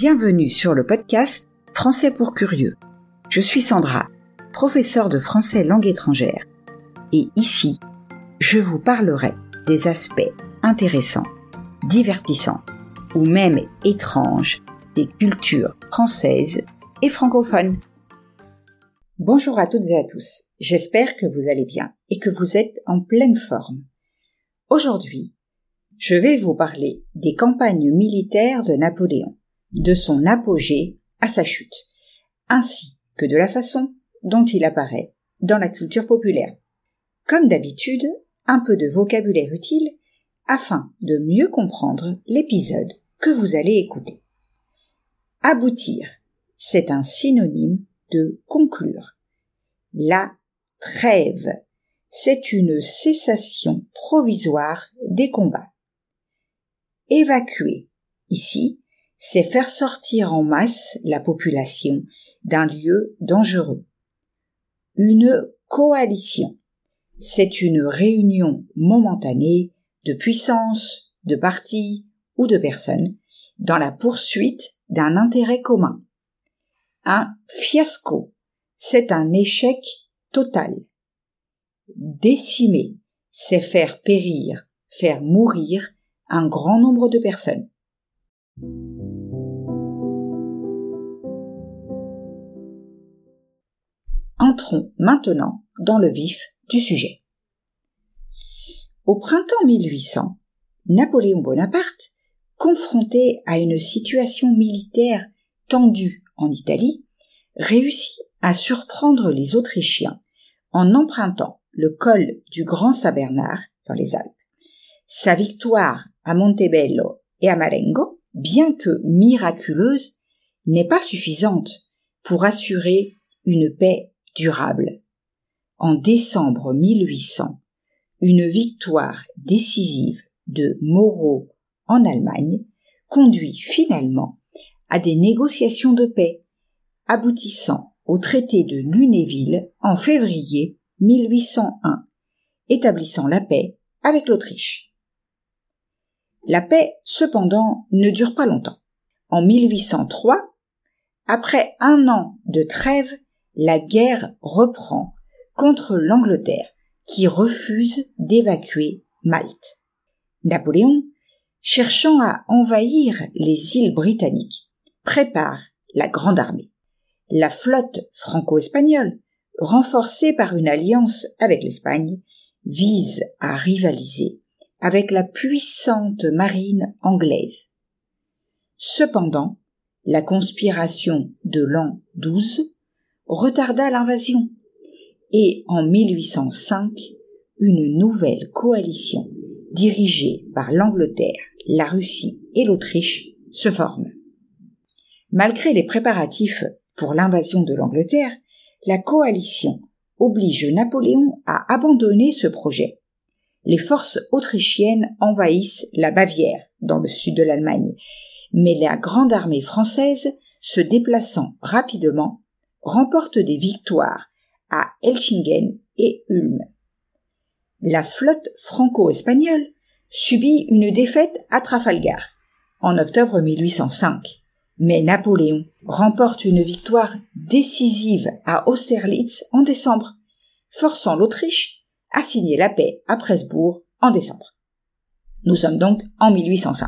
Bienvenue sur le podcast Français pour curieux. Je suis Sandra, professeure de français langue étrangère. Et ici, je vous parlerai des aspects intéressants, divertissants ou même étranges des cultures françaises et francophones. Bonjour à toutes et à tous, j'espère que vous allez bien et que vous êtes en pleine forme. Aujourd'hui, je vais vous parler des campagnes militaires de Napoléon, de son apogée à sa chute, ainsi que de la façon dont il apparaît dans la culture populaire. Comme d'habitude, un peu de vocabulaire utile afin de mieux comprendre l'épisode que vous allez écouter. Aboutir, c'est un synonyme de conclure. La trêve, c'est une cessation provisoire des combats. Évacuer, ici, c'est faire sortir en masse la population d'un lieu dangereux. Une coalition, c'est une réunion momentanée de puissances, de partis ou de personnes dans la poursuite d'un intérêt commun. Un fiasco, c'est un échec total. Décimer, c'est faire périr, faire mourir un grand nombre de personnes. Entrons maintenant dans le vif du sujet. Au printemps 1800, Napoléon Bonaparte, confronté à une situation militaire tendue en Italie, réussit à surprendre les Autrichiens en empruntant le col du Grand Saint-Bernard dans les Alpes. Sa victoire à Montebello et à Marengo, bien que miraculeuse, n'est pas suffisante pour assurer une paix durable. En décembre 1800, une victoire décisive de Moreau en Allemagne conduit finalement à des négociations de paix, aboutissant au traité de Lunéville en février 1801, établissant la paix avec l'Autriche. La paix, cependant, ne dure pas longtemps. En 1803, après un an de trêve, la guerre reprend contre l'Angleterre, qui refuse d'évacuer Malte. Napoléon, cherchant à envahir les îles britanniques, prépare la Grande Armée. La flotte franco-espagnole, renforcée par une alliance avec l'Espagne, vise à rivaliser avec la puissante marine anglaise. Cependant, la conspiration de l'an 12 retarda l'invasion et en 1805, une nouvelle coalition dirigée par l'Angleterre, la Russie et l'Autriche se forme. Malgré les préparatifs pour l'invasion de l'Angleterre, la coalition oblige Napoléon à abandonner ce projet. Les forces autrichiennes envahissent la Bavière, dans le sud de l'Allemagne, mais la grande armée française, se déplaçant rapidement, remporte des victoires à Elchingen et Ulm. La flotte franco-espagnole subit une défaite à Trafalgar, en octobre 1805, mais Napoléon remporte une victoire décisive à Austerlitz en décembre, forçant l'Autriche à signer la paix à Presbourg en décembre. Nous sommes donc en 1805.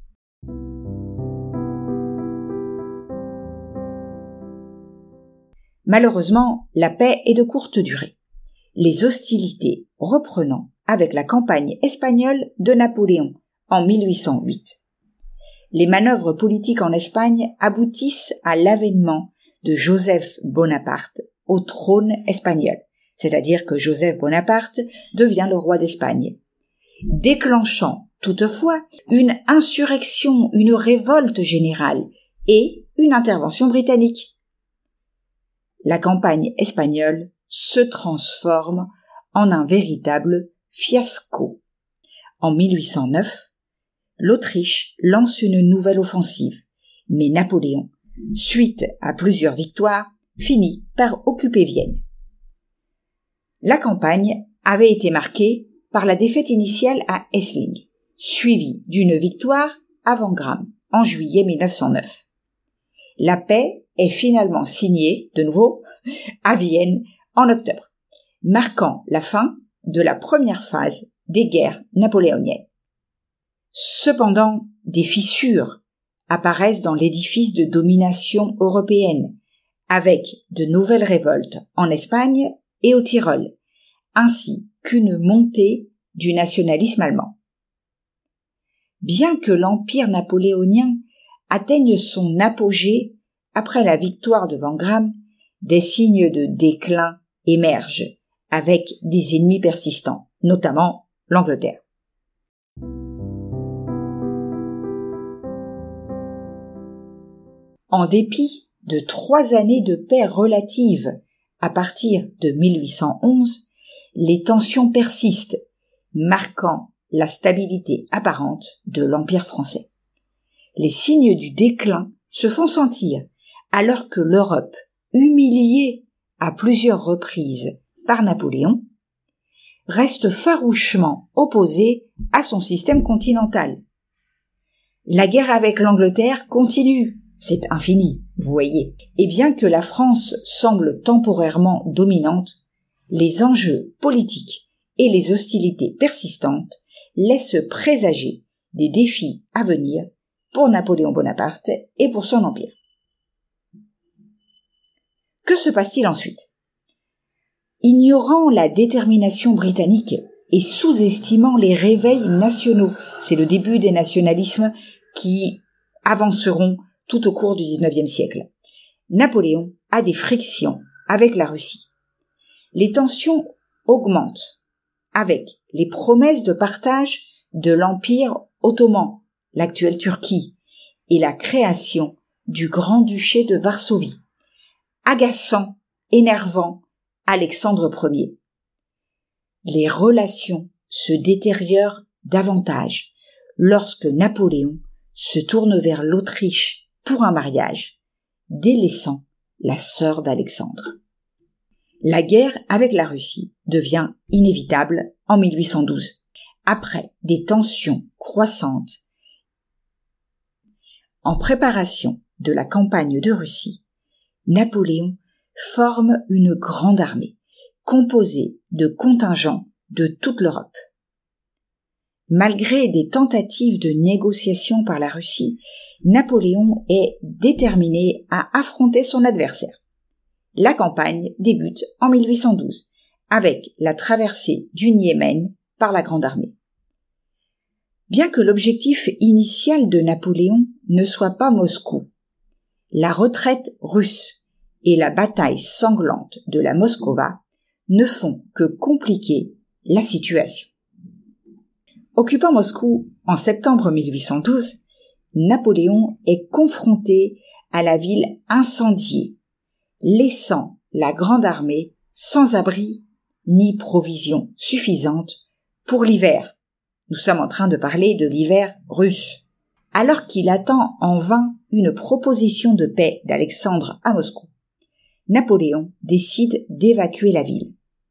Malheureusement, la paix est de courte durée, les hostilités reprenant avec la campagne espagnole de Napoléon en 1808. Les manœuvres politiques en Espagne aboutissent à l'avènement de Joseph Bonaparte au trône espagnol, c'est-à-dire que Joseph Bonaparte devient le roi d'Espagne, déclenchant toutefois une insurrection, une révolte générale et une intervention britannique. La campagne espagnole se transforme en un véritable fiasco. En 1809, l'Autriche lance une nouvelle offensive, mais Napoléon, suite à plusieurs victoires, finit par occuper Vienne. La campagne avait été marquée par la défaite initiale à Essling, suivie d'une victoire à Wagram en juillet 1909. La paix est finalement signée, de nouveau, à Vienne en octobre, marquant la fin de la première phase des guerres napoléoniennes. Cependant, des fissures apparaissent dans l'édifice de domination européenne, avec de nouvelles révoltes en Espagne et au Tyrol, ainsi qu'une montée du nationalisme allemand. Bien que l'empire napoléonien atteigne son apogée après la victoire de Wagram, des signes de déclin émergent avec des ennemis persistants, notamment l'Angleterre. En dépit de 3 années de paix relative à partir de 1811, les tensions persistent, marquant la stabilité apparente de l'Empire français. Les signes du déclin se font sentir alors que l'Europe, humiliée à plusieurs reprises par Napoléon, reste farouchement opposée à son système continental. La guerre avec l'Angleterre continue, c'est infini, vous voyez. Et bien que la France semble temporairement dominante, les enjeux politiques et les hostilités persistantes laissent présager des défis à venir pour Napoléon Bonaparte et pour son empire. Que se passe-t-il ensuite ? Ignorant la détermination britannique et sous-estimant les réveils nationaux, c'est le début des nationalismes qui avanceront tout au cours du XIXe siècle, Napoléon a des frictions avec la Russie. Les tensions augmentent avec les promesses de partage de l'Empire ottoman, l'actuelle Turquie, et la création du Grand-Duché de Varsovie, agaçant, énervant Alexandre Ier. Les relations se détériorent davantage lorsque Napoléon se tourne vers l'Autriche pour un mariage, délaissant la sœur d'Alexandre. La guerre avec la Russie devient inévitable en 1812, après des tensions croissantes. En préparation de la campagne de Russie, Napoléon forme une grande armée, composée de contingents de toute l'Europe. Malgré des tentatives de négociation par la Russie, Napoléon est déterminé à affronter son adversaire. La campagne débute en 1812, avec la traversée du Niémen par la Grande Armée. Bien que l'objectif initial de Napoléon ne soit pas Moscou, la retraite russe et la bataille sanglante de la Moskova ne font que compliquer la situation. Occupant Moscou en septembre 1812, Napoléon est confronté à la ville incendiée, laissant la Grande Armée sans abri ni provisions suffisantes pour l'hiver. Nous sommes en train de parler de l'hiver russe. Alors qu'il attend en vain une proposition de paix d'Alexandre à Moscou, Napoléon décide d'évacuer la ville.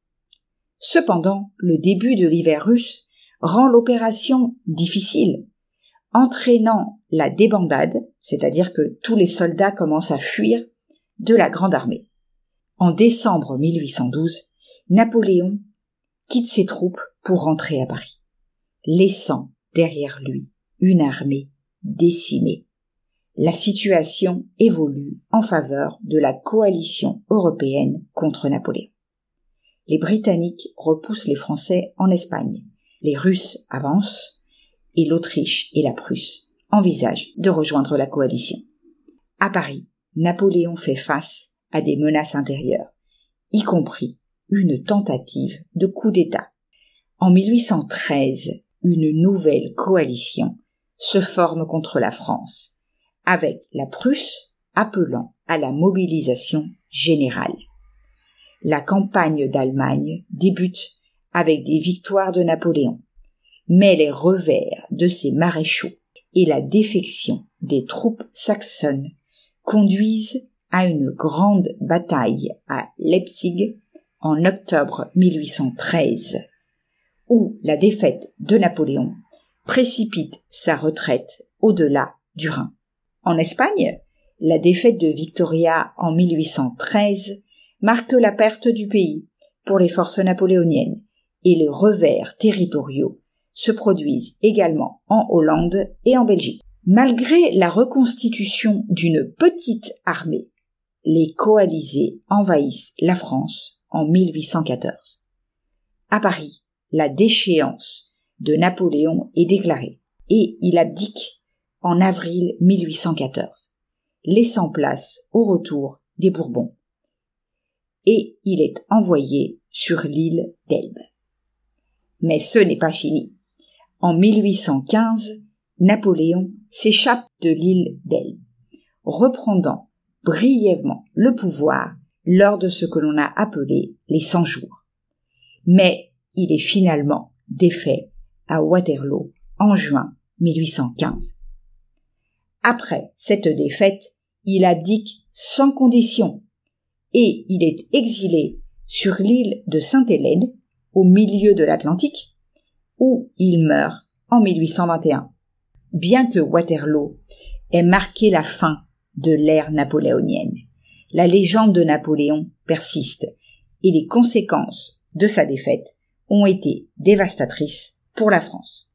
Cependant, le début de l'hiver russe rend l'opération difficile, entraînant la débandade, c'est-à-dire que tous les soldats commencent à fuir de la Grande Armée. En décembre 1812, Napoléon quitte ses troupes pour rentrer à Paris, laissant derrière lui une armée décimée. La situation évolue en faveur de la coalition européenne contre Napoléon. Les Britanniques repoussent les Français en Espagne, les Russes avancent et l'Autriche et la Prusse envisagent de rejoindre la coalition. À Paris, Napoléon fait face à des menaces intérieures, y compris une tentative de coup d'État. En 1813, une nouvelle coalition se forme contre la France, avec la Prusse appelant à la mobilisation générale. La campagne d'Allemagne débute avec des victoires de Napoléon, mais les revers de ses maréchaux et la défection des troupes saxonnes conduisent à une grande bataille à Leipzig en octobre 1813, où la défaite de Napoléon précipite sa retraite au-delà du Rhin. En Espagne, La défaite de Victoria en 1813 marque la perte du pays pour les forces napoléoniennes et les revers territoriaux se produisent également en Hollande et en Belgique. Malgré la reconstitution d'une petite armée, les coalisés envahissent la France en 1814. À Paris, la déchéance de Napoléon est déclarée et il abdique en avril 1814, laissant place au retour des Bourbons. Et il est envoyé sur l'île d'Elbe. Mais ce n'est pas fini. En 1815, Napoléon s'échappe de l'île d'Elbe, reprenant brièvement le pouvoir lors de ce que l'on a appelé les 100 jours. Mais il est finalement défait à Waterloo en juin 1815. Après cette défaite, il abdique sans condition et il est exilé sur l'île de Sainte-Hélène, au milieu de l'Atlantique, où il meurt en 1821. Bien que Waterloo ait marqué la fin de l'ère napoléonienne, la légende de Napoléon persiste et les conséquences de sa défaite ont été dévastatrices pour la France.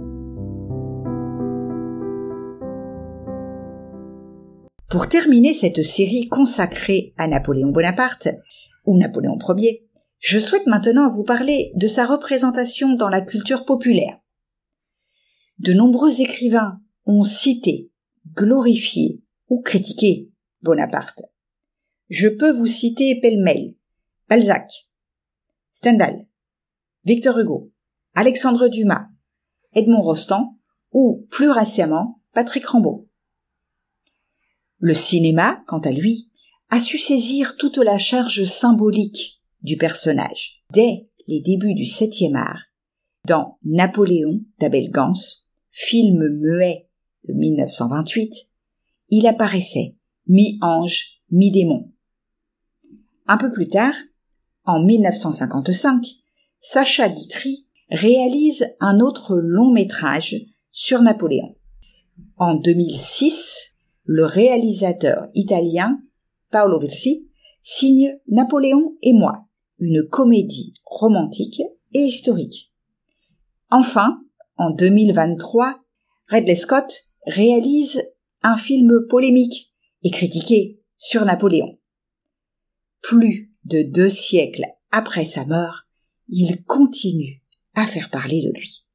Pour terminer cette série consacrée à Napoléon Bonaparte, ou Napoléon Ier, je souhaite maintenant vous parler de sa représentation dans la culture populaire. De nombreux écrivains ont cité, glorifié ou critiqué Bonaparte. Je peux vous citer pêle-mêle Balzac, Stendhal, Victor Hugo, Alexandre Dumas, Edmond Rostand ou, plus récemment, Patrick Rimbaud. Le cinéma, quant à lui, a su saisir toute la charge symbolique du personnage. Dès les débuts du 7e art, dans Napoléon d'Abel Gans, film muet de 1928, il apparaissait mi-ange, mi-démon. Un peu plus tard, en 1955, Sacha Guitry réalise un autre long-métrage sur Napoléon. En 2006, le réalisateur italien Paolo Virsi signe Napoléon et moi, une comédie romantique et historique. Enfin, en 2023, Ridley Scott réalise un film polémique et critiqué sur Napoléon. Plus de 2 siècles après sa mort, il continue à faire parler de lui.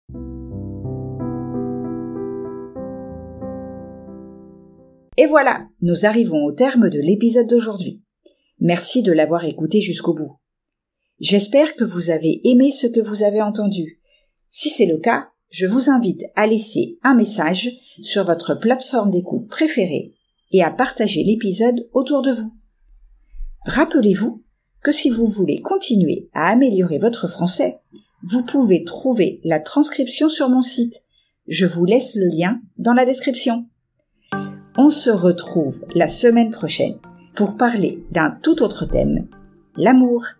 Et voilà, nous arrivons au terme de l'épisode d'aujourd'hui. Merci de l'avoir écouté jusqu'au bout. J'espère que vous avez aimé ce que vous avez entendu. Si c'est le cas, je vous invite à laisser un message sur votre plateforme d'écoute préférée et à partager l'épisode autour de vous. Rappelez-vous que si vous voulez continuer à améliorer votre français, vous pouvez trouver la transcription sur mon site. Je vous laisse le lien dans la description. On se retrouve la semaine prochaine pour parler d'un tout autre thème, l'amour.